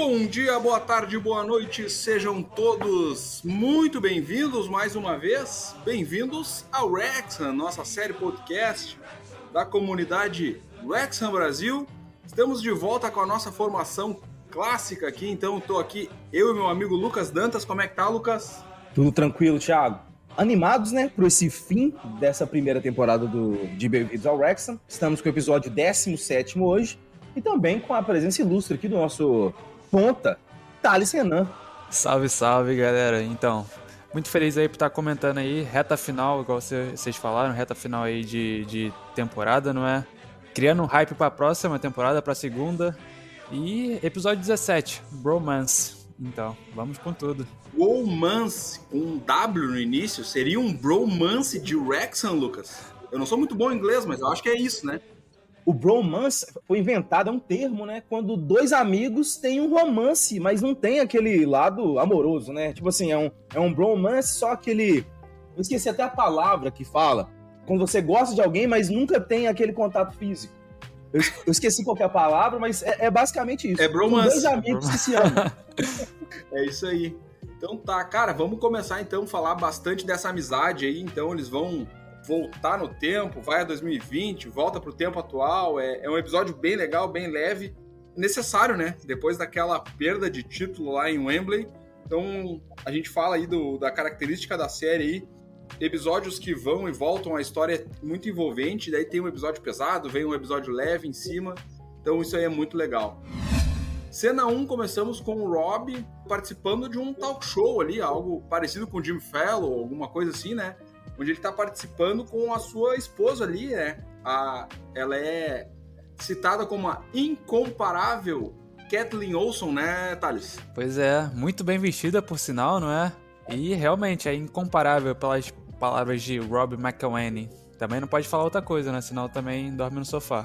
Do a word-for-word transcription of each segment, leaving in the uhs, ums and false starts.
Bom dia, boa tarde, boa noite, sejam todos muito bem-vindos mais uma vez. Bem-vindos ao Wrexham, nossa série podcast da comunidade Wrexham Brasil. Estamos de volta com a nossa formação clássica aqui, então estou aqui, eu e meu amigo Lucas Dantas. Como é que tá, Lucas? Tudo tranquilo, Thiago? Animados, né, por esse fim dessa primeira temporada do, de Bem-vindos ao Wrexham. Estamos com o episódio décimo sétimo hoje e também com a presença ilustre aqui do nosso ponta, Thales Renan. Salve, salve, galera. Então, muito feliz aí por estar comentando aí, reta final, igual vocês falaram, reta final aí de, de temporada, não é? Criando um hype para a próxima temporada, para a segunda. E episódio dezessete, Bromance. Então, vamos com tudo. Bromance, com um W no início, seria um bromance de Wrexham, Lucas? Eu não sou muito bom em inglês, mas eu acho que é isso, né? O bromance foi inventado, é um termo, né? Quando dois amigos têm um romance, mas não tem aquele lado amoroso, né? Tipo assim, é um, é um bromance, só aquele... Eu esqueci até a palavra que fala. Quando você gosta de alguém, mas nunca tem aquele contato físico. Eu, eu esqueci qual que é a palavra, mas é, é basicamente isso. É bromance. São dois amigos que se amam. É isso aí. Então tá, cara, vamos começar então a falar bastante dessa amizade aí. Então eles vão voltar no tempo, vai a dois mil e vinte, volta pro tempo atual. É, é um episódio bem legal, bem leve, necessário, né? Depois daquela perda de título lá em Wembley. Então a gente fala aí do, da característica da série aí. Episódios que vão e voltam, a história é muito envolvente. Daí tem um episódio pesado, vem um episódio leve em cima. Então isso aí é muito legal. Cena um, começamos com o Rob participando de um talk show ali, algo parecido com o Jimmy Fallon, alguma coisa assim, né? Onde ele tá participando com a sua esposa ali, né? A, ela é citada como a incomparável Kathleen Olson, né, Thales? Pois é, muito bem vestida, por sinal, não é? E realmente é incomparável pelas palavras de Rob McElhenney. Também não pode falar outra coisa, né? Senão também dorme no sofá.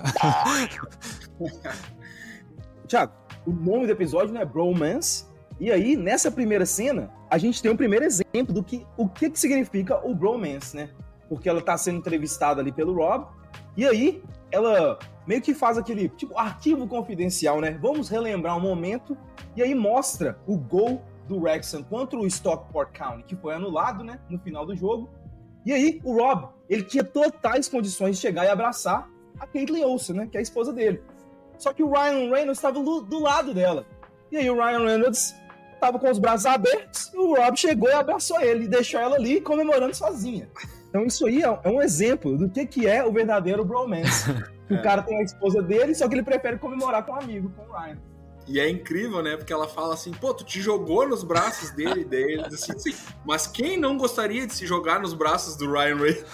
Thiago, o nome do episódio, né, Bromance. E aí, nessa primeira cena, a gente tem um primeiro exemplo do que o que, que significa o bromance, né? Porque ela tá sendo entrevistada ali pelo Rob, e aí ela meio que faz aquele, tipo, arquivo confidencial, né? Vamos relembrar um momento, e aí mostra o gol do Wrexham contra o Stockport County, que foi anulado, né, no final do jogo. E aí, o Rob, ele tinha totais condições de chegar e abraçar a Kathleen Olson, né, que é a esposa dele. Só que o Ryan Reynolds estava do, do lado dela. E aí o Ryan Reynolds tava com os braços abertos, e o Rob chegou e abraçou ele, e deixou ela ali comemorando sozinha. Então isso aí é um exemplo do que, que é o verdadeiro bromance. É. O cara tem a esposa dele, só que ele prefere comemorar com um amigo, com o Ryan. E é incrível, né? Porque ela fala assim, pô, tu te jogou nos braços dele, dele, assim, assim, mas quem não gostaria de se jogar nos braços do Ryan Reynolds?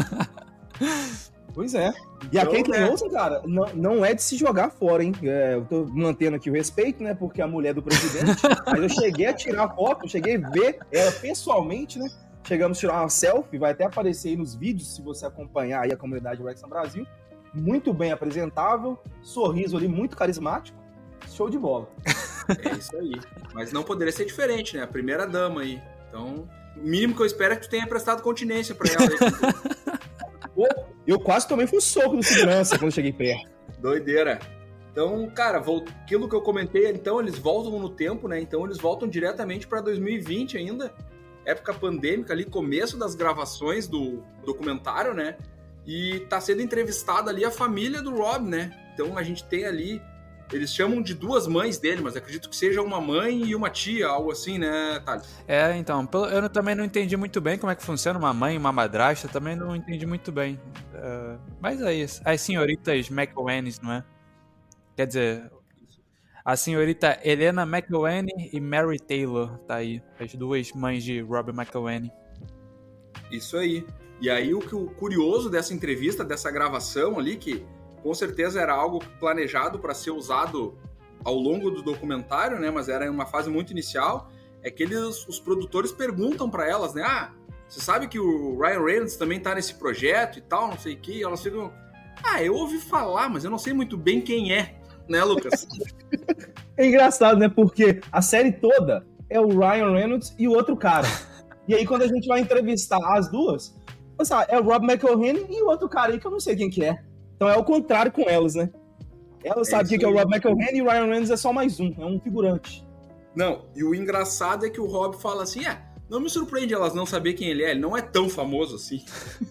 Pois é. E então, a Kathleen Olson, cara, não, não é de se jogar fora, hein? É, eu tô mantendo aqui o respeito, né? Porque é a mulher do presidente. Mas eu cheguei a tirar foto, eu cheguei a ver ela pessoalmente, né? Chegamos a tirar uma selfie, vai até aparecer aí nos vídeos, se você acompanhar aí a comunidade Wrexham Brasil. Muito bem apresentável, sorriso ali muito carismático. Show de bola. É isso aí. Mas não poderia ser diferente, né? A primeira dama aí. Então, o mínimo que eu espero é que tu tenha prestado continência pra ela aí. Eu quase tomei um soco do segurança quando cheguei perto. Doideira. Então, cara, aquilo que eu comentei, então eles voltam no tempo, né? Então eles voltam diretamente para dois mil e vinte ainda, época pandêmica ali, começo das gravações do documentário, né? E tá sendo entrevistada ali a família do Rob, né? Então a gente tem ali, eles chamam de duas mães dele, mas acredito que seja uma mãe e uma tia, algo assim, né, Thales? É, então, eu também não entendi muito bem como é que funciona uma mãe e uma madrasta, também não entendi muito bem. Uh, mas é isso. As senhoritas McElhenney, não é? Quer dizer, a senhorita Helena McElhenney e Mary Taylor, tá aí. As duas mães de Rob McElhenney. Isso aí. E aí o, que, o curioso dessa entrevista, dessa gravação ali, que com certeza era algo planejado para ser usado ao longo do documentário, né? Mas era em uma fase muito inicial. É que eles, os produtores perguntam para elas, né? Ah, você sabe que o Ryan Reynolds também tá nesse projeto e tal, não sei o quê. E elas ficam, ah, eu ouvi falar, mas eu não sei muito bem quem é, né, Lucas? É engraçado, né? Porque a série toda é o Ryan Reynolds e o outro cara. E aí quando a gente vai entrevistar as duas, é o Rob McElhenney e o outro cara aí que eu não sei quem que é. Então é o contrário com elas, né? Ela É sabe isso que é o aí. Rob McElhenney e o Ryan Reynolds é só mais um, é um figurante. Não, e o engraçado é que o Rob fala assim, é, não me surpreende elas não saber quem ele é, ele não é tão famoso assim.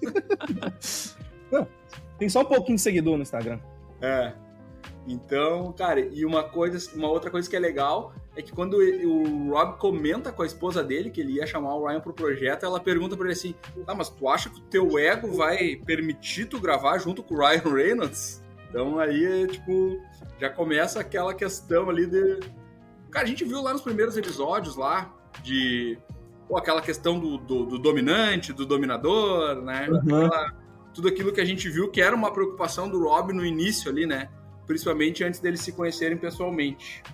Não, tem só um pouquinho de seguidor no Instagram. É. Então, cara, e uma coisa, uma outra coisa que é legal é que quando ele- o Rob comenta com a esposa dele que ele ia chamar o Ryan pro projeto, ela pergunta pra ele assim, tá, mas tu acha que o teu ego vai permitir tu gravar junto com o Ryan Reynolds? Então aí, tipo, já começa aquela questão ali de... Cara, a gente viu lá nos primeiros episódios lá de... Pô, aquela questão do, do, do dominante, do dominador, né? Uhum. Aquela- tudo aquilo que a gente viu que era uma preocupação do Rob no início ali, né? Principalmente antes deles se conhecerem pessoalmente.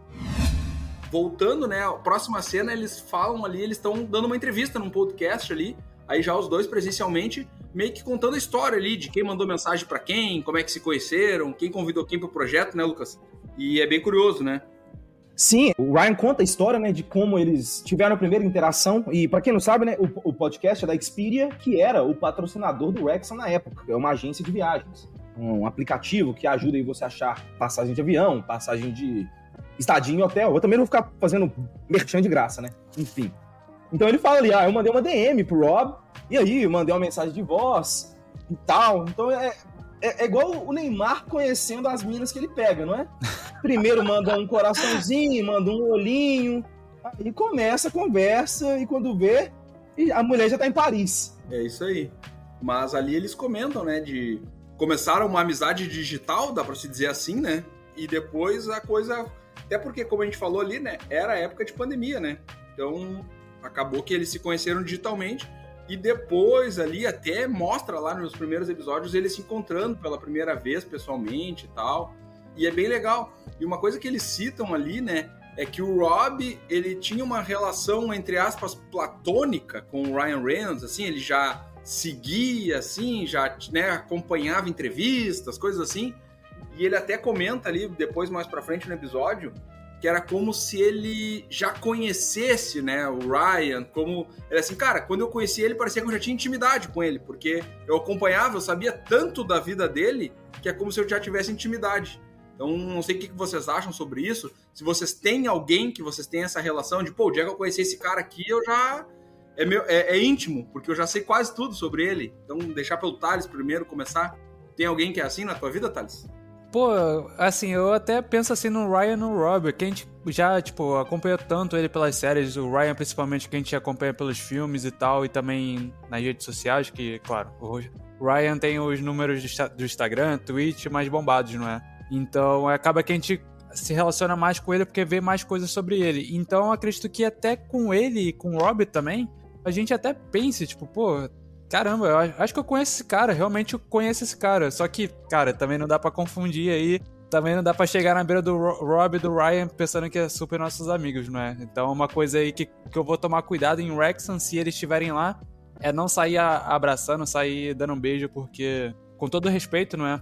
Voltando, né? A próxima cena, eles falam ali, eles estão dando uma entrevista num podcast ali, aí já os dois presencialmente, meio que contando a história ali, de quem mandou mensagem pra quem, como é que se conheceram, quem convidou quem pro projeto, né, Lucas? E é bem curioso, né? Sim, o Ryan conta a história, né, de como eles tiveram a primeira interação. E pra quem não sabe, né, o, o podcast é da Expedia, que era o patrocinador do Wrexham na época. É uma agência de viagens. Um aplicativo que ajuda aí você a achar passagem de avião, passagem de estadia em hotel. Eu também não vou ficar fazendo merchan de graça, né? Enfim. Então ele fala ali, ah, eu mandei uma D M pro Rob, e aí eu mandei uma mensagem de voz e tal. Então é, é, é igual o Neymar conhecendo as minas que ele pega, não é? Primeiro manda um coraçãozinho, manda um olhinho, aí começa a conversa, e quando vê, a mulher já tá em Paris. É isso aí. Mas ali eles comentam, né, de... Começaram uma amizade digital, dá pra se dizer assim, né? E depois a coisa... Até porque, como a gente falou ali, né, era época de pandemia, né? Então, acabou que eles se conheceram digitalmente e depois ali até mostra lá nos primeiros episódios eles se encontrando pela primeira vez pessoalmente e tal. E é bem legal. E uma coisa que eles citam ali, né, é que o Rob, ele tinha uma relação, entre aspas, platônica com o Ryan Reynolds, assim, ele já seguia, assim, já, né, acompanhava entrevistas, coisas assim. E ele até comenta ali, depois mais pra frente no episódio, que era como se ele já conhecesse, né, o Ryan, como... Era assim, cara, quando eu conheci ele, parecia que eu já tinha intimidade com ele, porque eu acompanhava, eu sabia tanto da vida dele, que é como se eu já tivesse intimidade. Então, não sei o que vocês acham sobre isso, se vocês têm alguém que vocês têm essa relação de, pô, o dia que eu conheci esse cara aqui, eu já... É, meu, é, é íntimo, porque eu já sei quase tudo sobre ele. Então, deixar pelo Thales primeiro começar. Tem alguém que é assim na tua vida, Thales? Pô, assim, eu até penso assim no Ryan e no Rob, que a gente já, tipo, acompanhou tanto ele pelas séries, o Ryan principalmente que a gente acompanha pelos filmes e tal, e também nas redes sociais, que, claro, o Ryan tem os números do Instagram, Twitch mais bombados, não é? Então, acaba que a gente se relaciona mais com ele porque vê mais coisas sobre ele. Então, eu acredito que até com ele e com o Rob também, a gente até pense, tipo, pô... Caramba, eu acho que eu conheço esse cara, realmente eu conheço esse cara. Só que, cara, também não dá pra confundir aí. Também não dá pra chegar na beira do Rob e do Ryan pensando que é super nossos amigos, não é? Então uma coisa aí que, que eu vou tomar cuidado em Wrexham, se eles estiverem lá, é não sair abraçando, sair dando um beijo, porque... Com todo respeito, não é?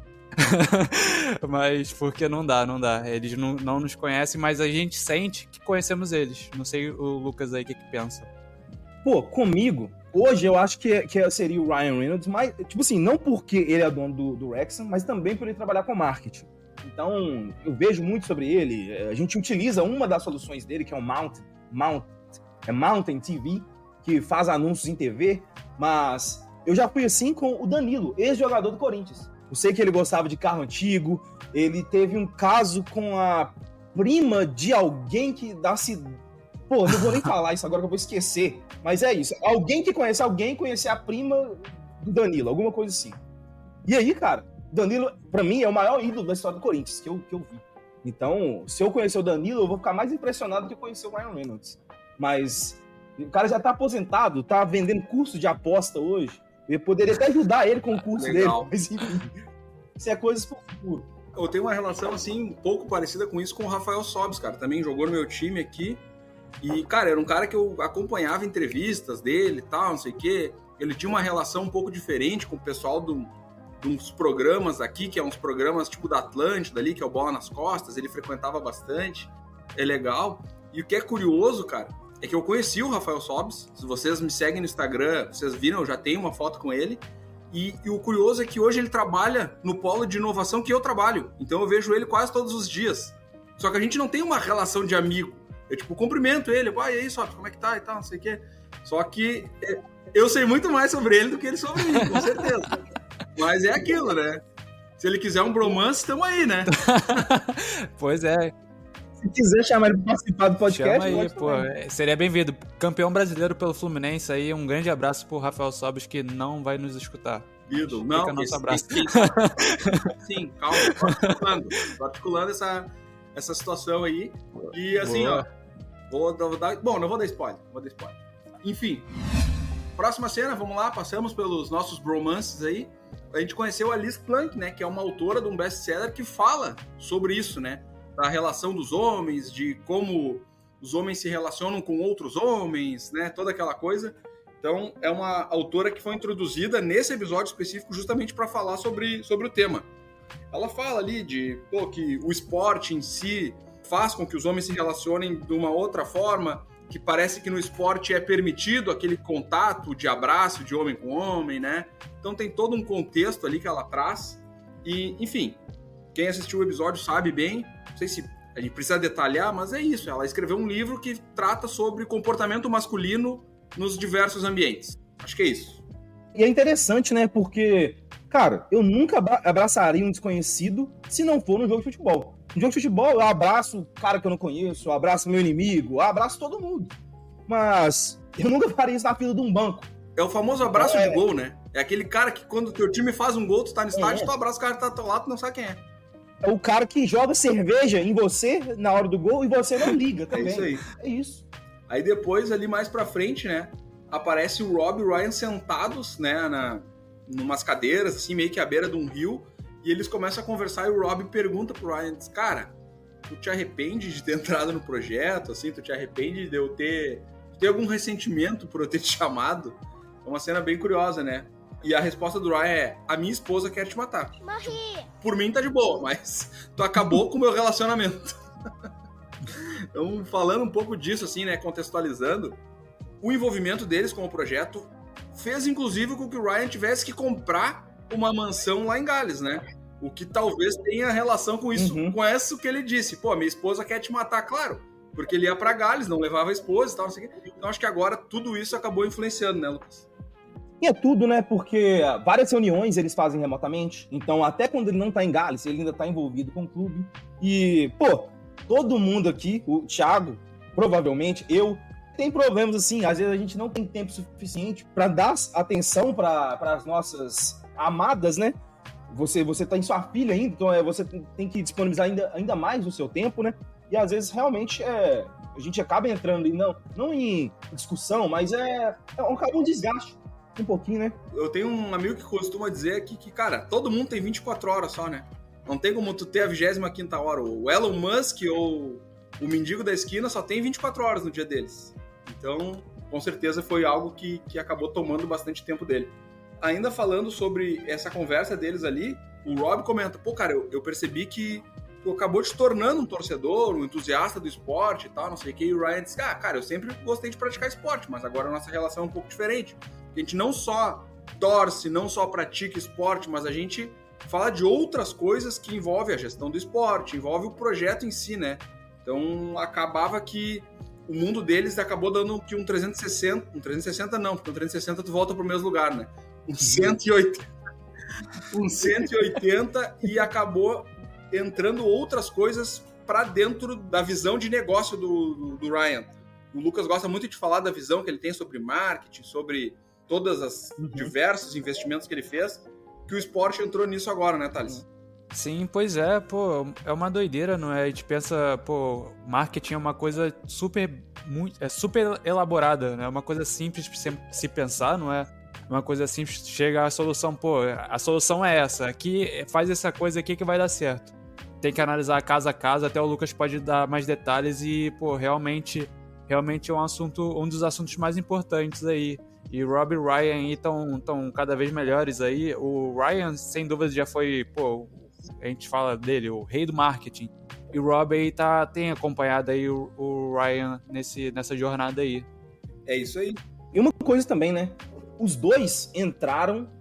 Mas porque não dá, não dá. Eles não, não nos conhecem, mas a gente sente que conhecemos eles. Não sei o Lucas aí o que, que pensa. Pô, comigo... Hoje eu acho que, que seria o Ryan Reynolds, mas, tipo assim, não porque ele é dono do, do Wrexham, mas também por ele trabalhar com marketing. Então, eu vejo muito sobre ele. A gente utiliza uma das soluções dele, que é o Mount, Mount, é Mountain T V, que faz anúncios em T V, mas eu já fui assim com o Danilo, ex-jogador do Corinthians. Eu sei que ele gostava de carro antigo, ele teve um caso com a prima de alguém que da cidade... Pô, não vou nem falar isso agora que eu vou esquecer. Mas é isso. Alguém que conhece alguém conhecer a prima do Danilo, alguma coisa assim. E aí, cara, Danilo, pra mim, é o maior ídolo da história do Corinthians que eu, que eu vi. Então, se eu conhecer o Danilo, eu vou ficar mais impressionado do que conhecer o Ryan Reynolds. Mas o cara já tá aposentado, tá vendendo curso de aposta hoje. Eu poderia até ajudar ele com o curso Legal. dele. Mas enfim, isso é coisas pro futuro. Eu tenho uma relação, assim, um pouco parecida com isso com o Rafael Sobis, cara. Também jogou no meu time aqui. E, cara, era um cara que eu acompanhava entrevistas dele e tal, não sei o quê. Ele tinha uma relação um pouco diferente com o pessoal do, de uns programas aqui, que é uns programas tipo da Atlântida ali, que é o Bola nas Costas. Ele frequentava bastante. É legal. E o que é curioso, cara, é que eu conheci o Rafael Sobis. Se vocês me seguem no Instagram, vocês viram, eu já tenho uma foto com ele. E, e o curioso é que hoje ele trabalha no polo de inovação que eu trabalho. Então eu vejo ele quase todos os dias. Só que a gente não tem uma relação de amigo. Eu, tipo, cumprimento ele. Ah, e aí, Soft, como é que tá e tal, não sei o quê. Só que eu sei muito mais sobre ele do que ele sobre mim, com certeza. Mas é aquilo, né? Se ele quiser um bromance, estamos aí, né? Pois é. Se quiser chamar ele para participar do podcast, chama aí, pô. Também. Seria bem-vindo. Campeão brasileiro pelo Fluminense aí. Um grande abraço pro Rafael Sobis, que não vai nos escutar. Ídolo. Não, Fica nosso abraço. Esse, esse, sim, calma. Tô articulando. Tô articulando essa, essa situação aí. E assim, Boa. ó. Vou, vou dar, bom, não vou dar spoiler. Vou dar spoiler. Enfim. Próxima cena, vamos lá. Passamos pelos nossos bromances aí. A gente conheceu a Liz Plank, né? Que é uma autora de um best-seller que fala sobre isso, né? Da relação dos homens, de como os homens se relacionam com outros homens, né? Toda aquela coisa. Então, é uma autora que foi introduzida nesse episódio específico justamente para falar sobre, sobre o tema. Ela fala ali de pô, que o esporte em si faz com que os homens se relacionem de uma outra forma, que parece que no esporte é permitido aquele contato de abraço de homem com homem, né? Então tem todo um contexto ali que ela traz. E, enfim, quem assistiu o episódio sabe bem. Não sei se a gente precisa detalhar, mas é isso. Ela escreveu um livro que trata sobre comportamento masculino nos diversos ambientes. Acho que é isso. E é interessante, né? Porque, cara, eu nunca abraçaria um desconhecido se não for no jogo de futebol. No jogo de futebol, eu abraço o cara que eu não conheço, eu abraço meu inimigo, eu abraço todo mundo. Mas eu nunca faria isso na fila de um banco. É o famoso abraço é... de gol, né? É aquele cara que quando o teu time faz um gol, tu tá no estádio, é. tu abraça o cara que tá do teu lado, tu não sabe quem é. É o cara que joga cerveja em você na hora do gol e você não liga também. É isso aí. É isso. Aí depois, ali mais pra frente, né, aparece o Rob e o Ryan sentados, né, na, numas cadeiras, assim, meio que à beira de um rio, e eles começam a conversar e o Rob pergunta pro Ryan, diz, cara, tu te arrepende de ter entrado no projeto, assim, tu te arrepende de eu ter, ter algum ressentimento por eu ter te chamado? É uma cena bem curiosa, né? E a resposta do Ryan é, a minha esposa quer te matar. Morri! Por mim tá de boa, mas tu acabou com o meu relacionamento. Então, falando um pouco disso, assim, né, contextualizando, o envolvimento deles com o projeto fez, inclusive, com que o Ryan tivesse que comprar uma mansão lá em Gales, né? O que talvez tenha relação com isso, uhum. com isso que ele disse. Pô, minha esposa quer te matar, claro. Porque ele ia pra Gales, não levava a esposa e tal, não sei o quê. Então, acho que agora tudo isso acabou influenciando, né, Lucas? E é tudo, né? Porque várias reuniões eles fazem remotamente. Então, até quando ele não tá em Gales, ele ainda tá envolvido com o clube. E, pô, todo mundo aqui, o Thiago, provavelmente, eu, tem problemas assim. Às vezes a gente não tem tempo suficiente para dar atenção para as nossas amadas, né? Você, você tá em sua filha ainda, então é, você tem que disponibilizar ainda, ainda mais o seu tempo, né? E às vezes realmente é, a gente acaba entrando, em, não, não em discussão, mas é, é um, um desgaste. Um pouquinho, né? Eu tenho um amigo que costuma dizer aqui que, cara, todo mundo tem vinte e quatro horas só, né? Não tem como tu ter a vigésima quinta hora. O Elon Musk ou o mendigo da esquina só tem vinte e quatro horas no dia deles. Então, com certeza foi algo que, que acabou tomando bastante tempo dele. Ainda falando sobre essa conversa deles ali, o Rob comenta, pô, cara, eu, eu percebi que tu acabou te tornando um torcedor, um entusiasta do esporte e tal, não sei o que. E o Ryan disse, ah, cara, eu sempre gostei de praticar esporte, mas agora a nossa relação é um pouco diferente. A gente não só torce, não só pratica esporte, mas a gente fala de outras coisas que envolvem a gestão do esporte, envolve o projeto em si, né? Então, acabava que o mundo deles acabou dando que um trezentos e sessenta, um trezentos e sessenta não, porque um trezentos e sessenta tu volta pro mesmo lugar, né? Um cento e oitenta, um cento e oitenta e acabou entrando outras coisas para dentro da visão de negócio do, do, do Ryan. O Lucas gosta muito de falar da visão que ele tem sobre marketing, sobre todas as uhum. diversos investimentos que ele fez, que o esporte entrou nisso agora, né, Thales? Sim, pois é, pô, é uma doideira, não é? A gente pensa, pô, marketing é uma coisa super, muito, é super elaborada, né? É uma coisa simples de se, se pensar, não é? Uma coisa simples, chega a solução, pô, a solução é essa, aqui, faz essa coisa aqui que vai dar certo. Tem que analisar casa a casa, até o Lucas pode dar mais detalhes e, pô, realmente, realmente é um assunto, um dos assuntos mais importantes aí. E Rob e Ryan estão tão cada vez melhores aí. O Ryan, sem dúvida, já foi, pô, a gente fala dele, o rei do marketing. E o Rob aí tá, tem acompanhado aí o, o Ryan nesse, nessa jornada aí. É isso aí. E uma coisa também, né? Os dois entraram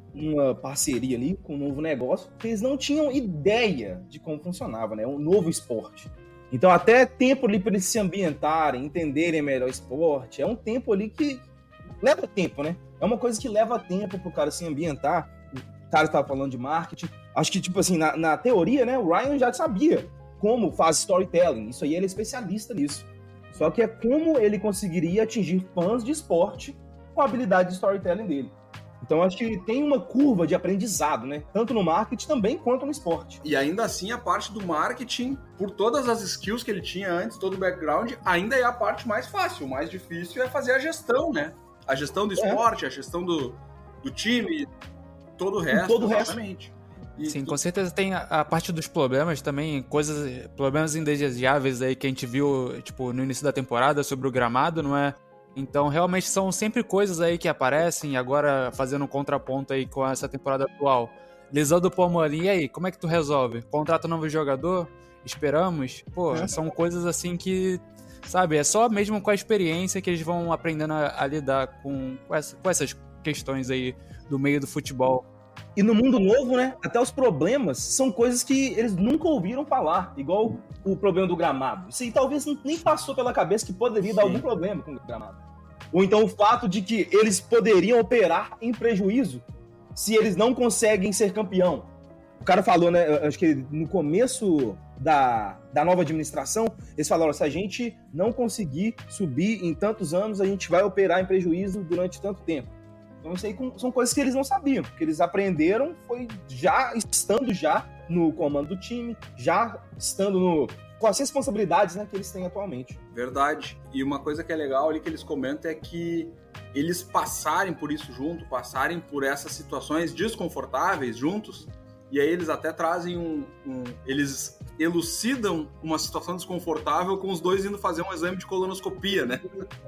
uma parceria ali com um novo negócio, porque eles não tinham ideia de como funcionava, né? Um novo esporte. Então, até tempo ali para eles se ambientarem, entenderem melhor o esporte, é um tempo ali que leva tempo, né? É uma coisa que leva tempo pro cara se ambientar. O cara estava falando de marketing. Acho que, tipo assim, na, na teoria, né? O Ryan já sabia como faz storytelling. Isso aí, ele é especialista nisso. Só que é como ele conseguiria atingir fãs de esporte com a habilidade de storytelling dele. Então, acho que tem uma curva de aprendizado, né? Tanto no marketing também quanto no esporte. E ainda assim, a parte do marketing, por todas as skills que ele tinha antes, todo o background, ainda é a parte mais fácil. O mais difícil é fazer a gestão, né? A gestão do esporte, é. a gestão do, do time, todo o resto. Todo o exatamente. E Sim, tu... com certeza tem a, a parte dos problemas também, coisas, problemas indesejáveis aí que a gente viu, tipo, no início da temporada sobre o gramado, não é? Então, realmente são sempre coisas aí que aparecem, agora fazendo um contraponto aí com essa temporada atual. Lesão do Palmeiras, e aí, como é que tu resolve? Contrata um novo jogador? Esperamos? Pô, é. São coisas assim que, sabe, é só mesmo com a experiência que eles vão aprendendo a, a lidar com, com, essa, com essas questões aí do meio do futebol. E no mundo novo, né, até os problemas são coisas que eles nunca ouviram falar, igual o problema do gramado. Isso aí talvez nem passou pela cabeça que poderia Sim. dar algum problema com o gramado. Ou então o fato de que eles poderiam operar em prejuízo se eles não conseguem ser campeão. O cara falou, né, acho que no começo da, da nova administração, eles falaram, se a gente não conseguir subir em tantos anos, a gente vai operar em prejuízo durante tanto tempo. Então isso aí são coisas que eles não sabiam, que eles aprenderam foi já estando já no comando do time, já estando no, com as responsabilidades, né, que eles têm atualmente. Verdade. E uma coisa que é legal ali que eles comentam é que eles passarem por isso junto, passarem por essas situações desconfortáveis juntos, e aí eles até trazem um, um... eles elucidam uma situação desconfortável com os dois indo fazer um exame de colonoscopia, né?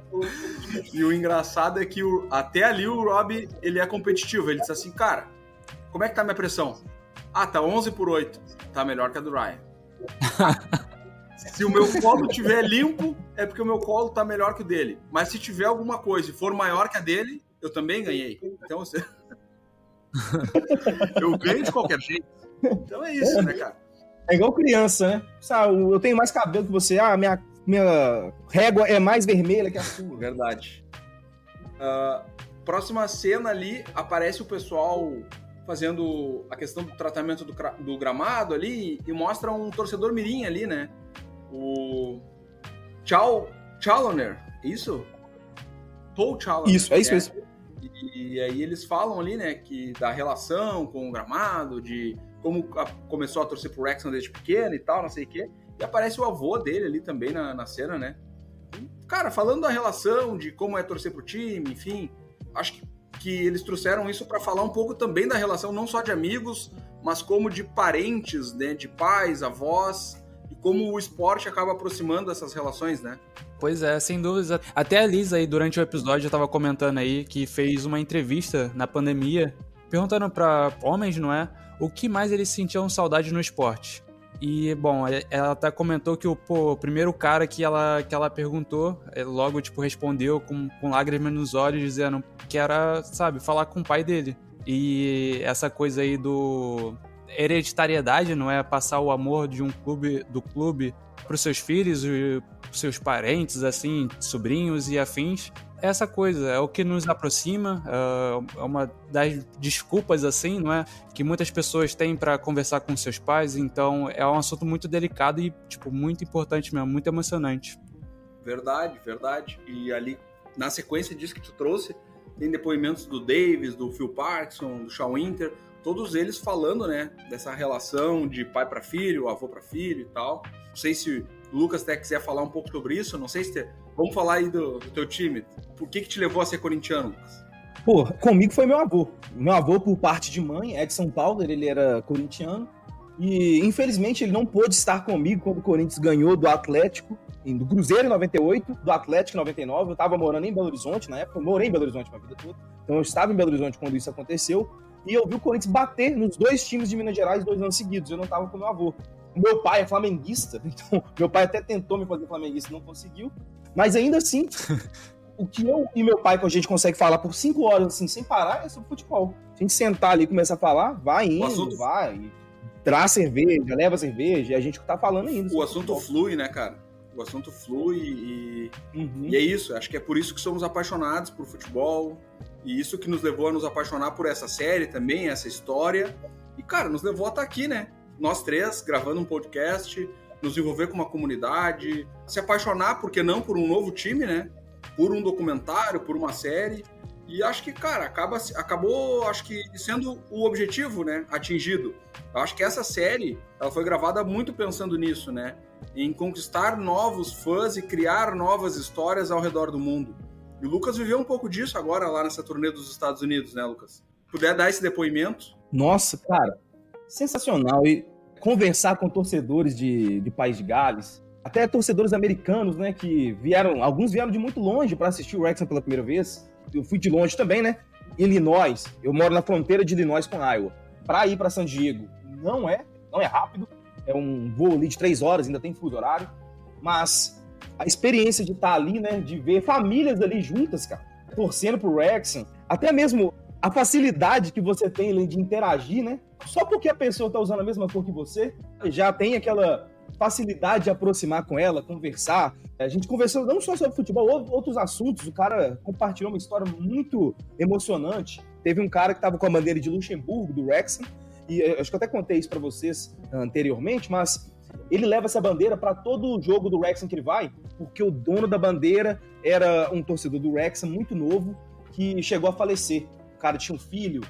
E o engraçado é que o, até ali o Rob, ele é competitivo. Ele diz assim, cara, como é que tá a minha pressão? Ah, tá onze por oito. Tá melhor que a do Ryan. Se o meu colo tiver limpo, é porque o meu colo tá melhor que o dele. Mas se tiver alguma coisa e for maior que a dele, eu também ganhei. Então você... eu ganho de qualquer jeito. Então é isso, né, cara? É igual criança, né? Sabe, eu tenho mais cabelo que você. Ah, minha, minha régua é mais vermelha que a sua. Verdade. Uh, próxima cena ali, aparece o pessoal fazendo a questão do tratamento do, do gramado ali e mostra um torcedor mirim ali, né? O Chal, Chaloner, isso? Paul Chaloner. Isso, é isso, é isso. E, e aí eles falam ali, né, que da relação com o gramado, de como a, começou a torcer pro Wrexham desde pequeno e tal, não sei o quê. E aparece o avô dele ali também na, na cena, né? Cara, falando da relação, de como é torcer pro time, enfim, acho que, que eles trouxeram isso para falar um pouco também da relação, não só de amigos, mas como de parentes, né, de pais, avós, e como o esporte acaba aproximando essas relações, né? Pois é, sem dúvida. Até a Liz aí, durante o episódio, eu tava comentando aí que fez uma entrevista na pandemia, perguntando pra homens, não é? O que mais eles sentiam saudade no esporte. E, bom, ela até comentou que o, pô, o primeiro cara que ela, que ela perguntou, logo, tipo, respondeu com, com lágrimas nos olhos, dizendo que era, sabe, falar com o pai dele. E essa coisa aí do hereditariedade, não é? Passar o amor de um clube, do clube pros seus filhos, pros seus parentes, assim, sobrinhos e afins. Essa coisa é o que nos aproxima, é uma das desculpas, assim, não é? Que muitas pessoas têm para conversar com seus pais, então é um assunto muito delicado e, tipo, muito importante mesmo, muito emocionante. Verdade, verdade. E ali, na sequência disso que tu trouxe, tem depoimentos do Davis, do Phil Parkinson, do Shawn Winter, todos eles falando, né, dessa relação de pai para filho, avô para filho e tal. Não sei se o Lucas até quiser falar um pouco sobre isso, não sei se... Te... Vamos falar aí do, do teu time. Por que que te levou a ser corintiano, Lucas? Pô, comigo foi meu avô. Meu avô, por parte de mãe, é de São Paulo, ele era corintiano. E, infelizmente, ele não pôde estar comigo quando o Corinthians ganhou do Atlético, do Cruzeiro em noventa e oito, do Atlético em noventa e nove. Eu estava morando em Belo Horizonte na época, eu morei em Belo Horizonte a vida toda. Então eu estava em Belo Horizonte quando isso aconteceu. E eu vi o Corinthians bater nos dois times de Minas Gerais dois anos seguidos. Eu não estava com meu avô. Meu pai é flamenguista, então meu pai até tentou me fazer flamenguista, não conseguiu. Mas ainda assim, o que eu e meu pai, que a gente consegue falar por cinco horas, assim, sem parar, é sobre futebol. Se a gente sentar ali e começar a falar, vai indo, assunto... vai, traz cerveja, leva cerveja, e a gente tá falando ainda. O assunto futebol. flui, né, cara? O assunto flui e, uhum. e é isso. Acho que é por isso que somos apaixonados por futebol, e isso que nos levou a nos apaixonar por essa série também, essa história. E, cara, nos levou a estar aqui, né? Nós três, gravando um podcast, nos envolver com uma comunidade, se apaixonar, por que não, por um novo time, né? Por um documentário, por uma série. E acho que, cara, acaba, acabou, acho que, sendo o objetivo, né? Atingido. Eu acho que essa série, ela foi gravada muito pensando nisso, né? Em conquistar novos fãs e criar novas histórias ao redor do mundo. E o Lucas viveu um pouco disso agora lá nessa turnê dos Estados Unidos, né, Lucas? Puder dar esse depoimento? Nossa, cara, sensacional. E conversar com torcedores de, de País de Gales, até torcedores americanos, né, que vieram, alguns vieram de muito longe para assistir o Wrexham pela primeira vez. Eu fui de longe também, né? Illinois, eu moro na fronteira de Illinois com Iowa. Para ir para San Diego não é, não é rápido, é um voo ali de três horas, ainda tem fuso horário, mas a experiência de estar ali, né, de ver famílias ali juntas, cara, torcendo pro Wrexham, até mesmo a facilidade que você tem ali de interagir, né? Só porque a pessoa tá usando a mesma cor que você, já tem aquela facilidade de aproximar com ela, conversar. A gente conversou não só sobre futebol, outros assuntos. O cara compartilhou uma história muito emocionante. Teve um cara que tava com a bandeira de Luxemburgo, do Wrexham, e acho que eu até contei isso para vocês anteriormente, mas ele leva essa bandeira para todo o jogo do Wrexham que ele vai, porque o dono da bandeira era um torcedor do Wrexham muito novo, que chegou a falecer. O cara tinha um filho,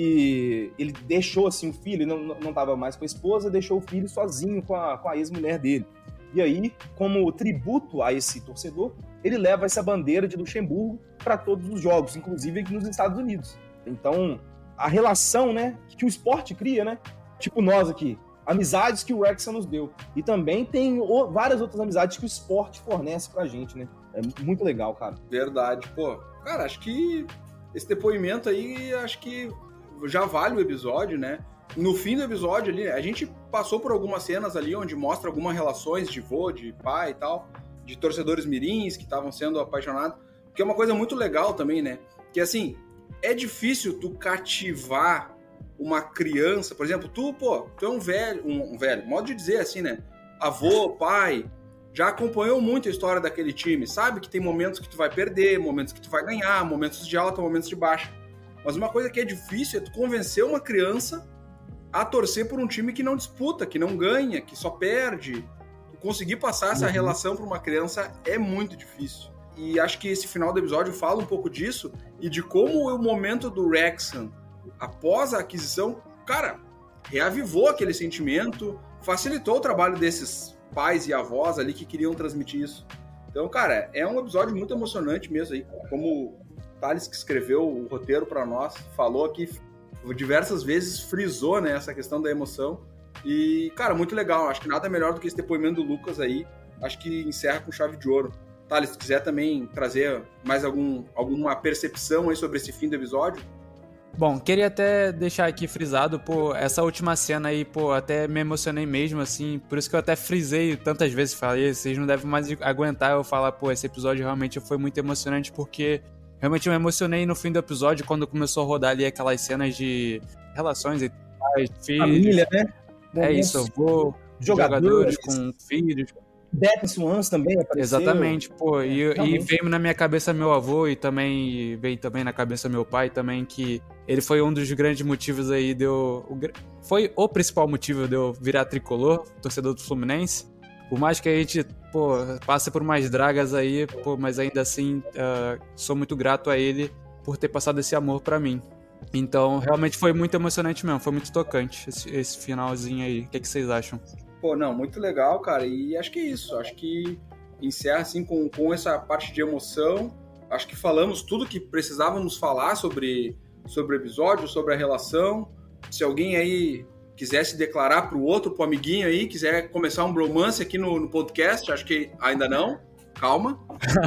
e ele deixou assim o filho, não, não tava mais com a esposa, deixou o filho sozinho com a, com a ex-mulher dele. E aí, como tributo a esse torcedor, ele leva essa bandeira de Luxemburgo para todos os jogos, inclusive aqui nos Estados Unidos. Então, a relação, né, que o esporte cria, né, tipo nós aqui, amizades que o Wrexham nos deu. E também tem o, várias outras amizades que o esporte fornece pra gente, né. É muito legal, cara. Verdade, pô. Cara, acho que esse depoimento aí, acho que já vale o episódio, né? No fim do episódio ali, a gente passou por algumas cenas ali onde mostra algumas relações de vô, de pai e tal, de torcedores mirins que estavam sendo apaixonados, que é uma coisa muito legal também, né? Que assim, é difícil tu cativar uma criança, por exemplo, tu, pô, tu é um velho, um, um velho, modo de dizer assim, né? Avô, pai, já acompanhou muito a história daquele time, sabe que tem momentos que tu vai perder, momentos que tu vai ganhar, momentos de alta, momentos de baixa. Mas uma coisa que é difícil é tu convencer uma criança a torcer por um time que não disputa, que não ganha, que só perde. Tu conseguir passar essa uhum. relação para uma criança é muito difícil. E acho que esse final do episódio fala um pouco disso e de como o momento do Wrexham, após a aquisição, cara, reavivou aquele sentimento, facilitou o trabalho desses pais e avós ali que queriam transmitir isso. Então, cara, é um episódio muito emocionante mesmo aí, como Thales, que escreveu o roteiro para nós, falou aqui diversas vezes, frisou, né, essa questão da emoção. E, cara, muito legal. Acho que nada melhor do que esse depoimento do Lucas aí. Acho que encerra com chave de ouro. Thales, se quiser também trazer mais algum, alguma percepção aí sobre esse fim do episódio. Bom, queria até deixar aqui frisado, pô, essa última cena aí, pô, até me emocionei mesmo, assim, por isso que eu até frisei tantas vezes, falei, vocês não devem mais aguentar eu falar, pô, esse episódio realmente foi muito emocionante, porque realmente eu me emocionei no fim do episódio, quando começou a rodar ali aquelas cenas de relações entre pais, filhos. Família, né? É isso, eu vou jogadores, jogadores com filhos. Beto Swans também apareceu. Exatamente, pô, é, e, e veio na minha cabeça meu avô e também veio também na cabeça meu pai também, que ele foi um dos grandes motivos aí de eu... Foi o principal motivo de eu virar tricolor, torcedor do Fluminense. Por mais que a gente, pô, passe por umas dragas aí, pô, mas ainda assim, uh, sou muito grato a ele por ter passado esse amor pra mim. Então, realmente foi muito emocionante mesmo, foi muito tocante esse, esse finalzinho aí. O que, é que vocês acham? Pô, não, muito legal, cara, e acho que é isso, acho que encerra, assim, com, com essa parte de emoção, acho que falamos tudo que precisávamos falar sobre, sobre o episódio, sobre a relação. Se alguém aí quiser se declarar pro outro, pro amiguinho aí, quiser começar um bromance aqui no, no podcast, acho que ainda não, calma.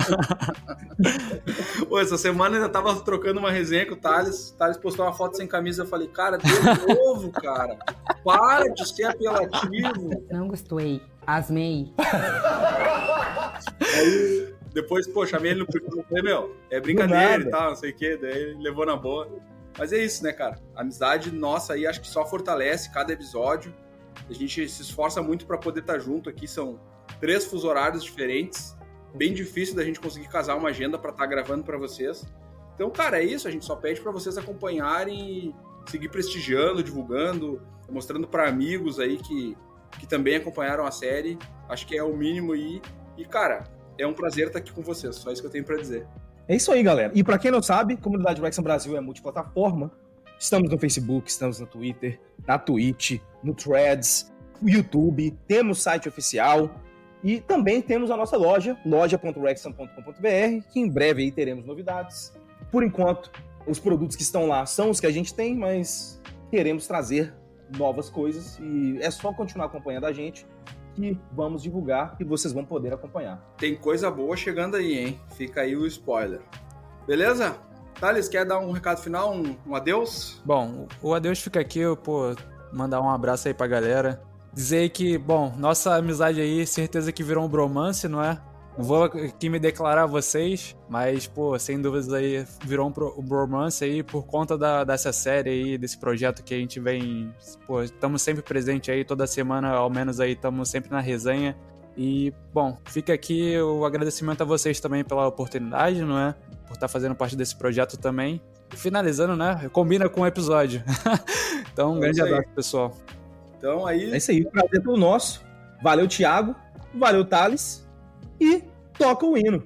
Pô, essa semana eu ainda tava trocando uma resenha com o Thales, o Thales postou uma foto sem camisa, eu falei, cara, de novo, cara, para de ser apelativo. Não gostei, asmei. Aí, Depois, pô, chamei ele no privado, falei, meu, é brincadeira e tal, não sei o quê, daí ele levou na boa. Mas é isso, né, cara? A amizade nossa aí acho que só fortalece cada episódio. A gente se esforça muito pra poder estar junto aqui, são três fusos horários diferentes, bem difícil da gente conseguir casar uma agenda pra estar gravando pra vocês. Então, cara, é isso, a gente só pede pra vocês acompanharem e seguir prestigiando, divulgando, mostrando pra amigos aí que, que também acompanharam a série. Acho que é o mínimo aí. E, cara, é um prazer estar aqui com vocês, só isso que eu tenho pra dizer. É isso aí, galera. E pra quem não sabe, Comunidade Wrexham Brasil é multiplataforma. Estamos no Facebook, estamos no Twitter, na Twitch, no Threads, no YouTube, temos site oficial e também temos a nossa loja, loja ponto wrexham ponto com ponto b r, que em breve aí teremos novidades. Por enquanto, os produtos que estão lá são os que a gente tem, mas queremos trazer novas coisas e é só continuar acompanhando a gente que vamos divulgar e vocês vão poder acompanhar. Tem coisa boa chegando aí, hein? Fica aí o spoiler. Beleza? Thales, quer dar um recado final, um, um adeus? Bom, o adeus fica aqui, eu, pô, mandar um abraço aí pra galera. Dizer que, bom, nossa amizade aí, certeza que virou um bromance, não é? Não vou aqui me declarar a vocês, mas, pô, sem dúvidas aí, virou um, pro, um bromance aí por conta da, dessa série aí, desse projeto que a gente vem, pô, estamos sempre presentes aí, toda semana, ao menos aí, estamos sempre na resenha. E, bom, fica aqui o agradecimento a vocês também pela oportunidade, não é? Por estar fazendo parte desse projeto também. Finalizando, né? Combina com o episódio. Então, um é grande abraço, pessoal. Então, aí... É isso aí, prazer pelo nosso. Valeu, Thiago. Valeu, Thales. E toca o hino.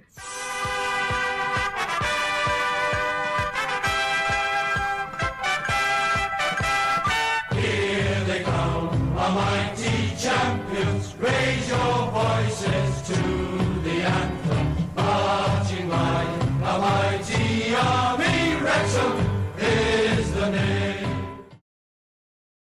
Here they come, our mighty champions, raise your